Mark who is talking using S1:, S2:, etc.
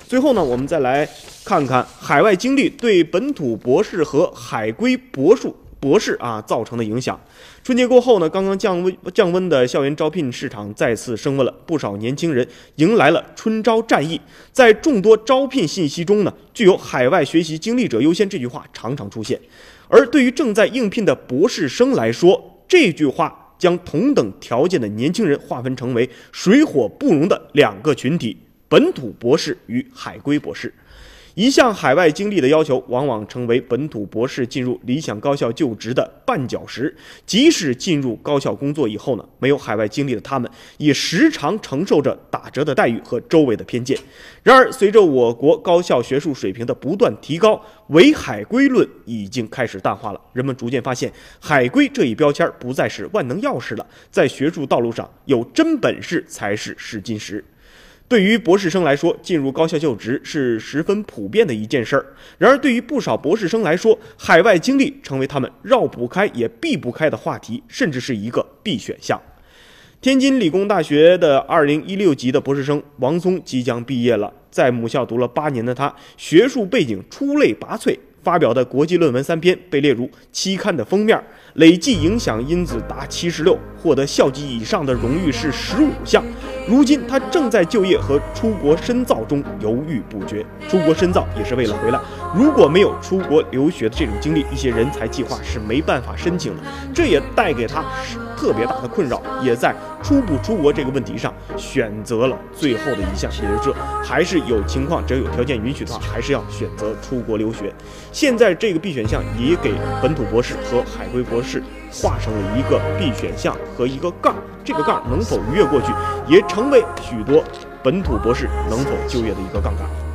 S1: 最后呢，我们再来看看海外经历对本土博士和海归博士造成的影响。春节过后呢，刚刚降温的校园招聘市场再次升温了，不少年轻人迎来了春招战役。在众多招聘信息中呢，具有海外学习经历者优先这句话常常出现。而对于正在应聘的博士生来说，这句话将同等条件的年轻人划分成为水火不容的两个群体：本土博士与海归博士。一项海外经历的要求，往往成为本土博士进入理想高校就职的绊脚石。即使进入高校工作以后呢，没有海外经历的他们，也时常承受着打折的待遇和周围的偏见。然而，随着我国高校学术水平的不断提高，唯海归论已经开始淡化了。人们逐渐发现，海归这一标签不再是万能钥匙了，在学术道路上，有真本事才是试金石。对于博士生来说，进入高校就职是十分普遍的一件事儿。然而，对于不少博士生来说，海外经历成为他们绕不开也避不开的话题，甚至是一个必选项。天津理工大学的2016级的博士生王松即将毕业了，在母校读了8年的他，学术背景出类拔萃，发表的国际论文3篇被列入期刊的封面，累计影响因子达76，获得校级以上的荣誉是15项。如今他正在就业和出国深造中犹豫不决。出国深造也是为了回来，如果没有出国留学的这种经历，一些人才计划是没办法申请的，这也带给他特别大的困扰，也在出不出国这个问题上选择了最后的一项，也就是说，还是有情况，只要有条件允许的话，还是要选择出国留学。现在这个 B 选项也给本土博士和海归博士画上了一个 B 选项和一个杠，这个杠能否逾越过去，也成为许多本土博士能否就业的一个杠杆。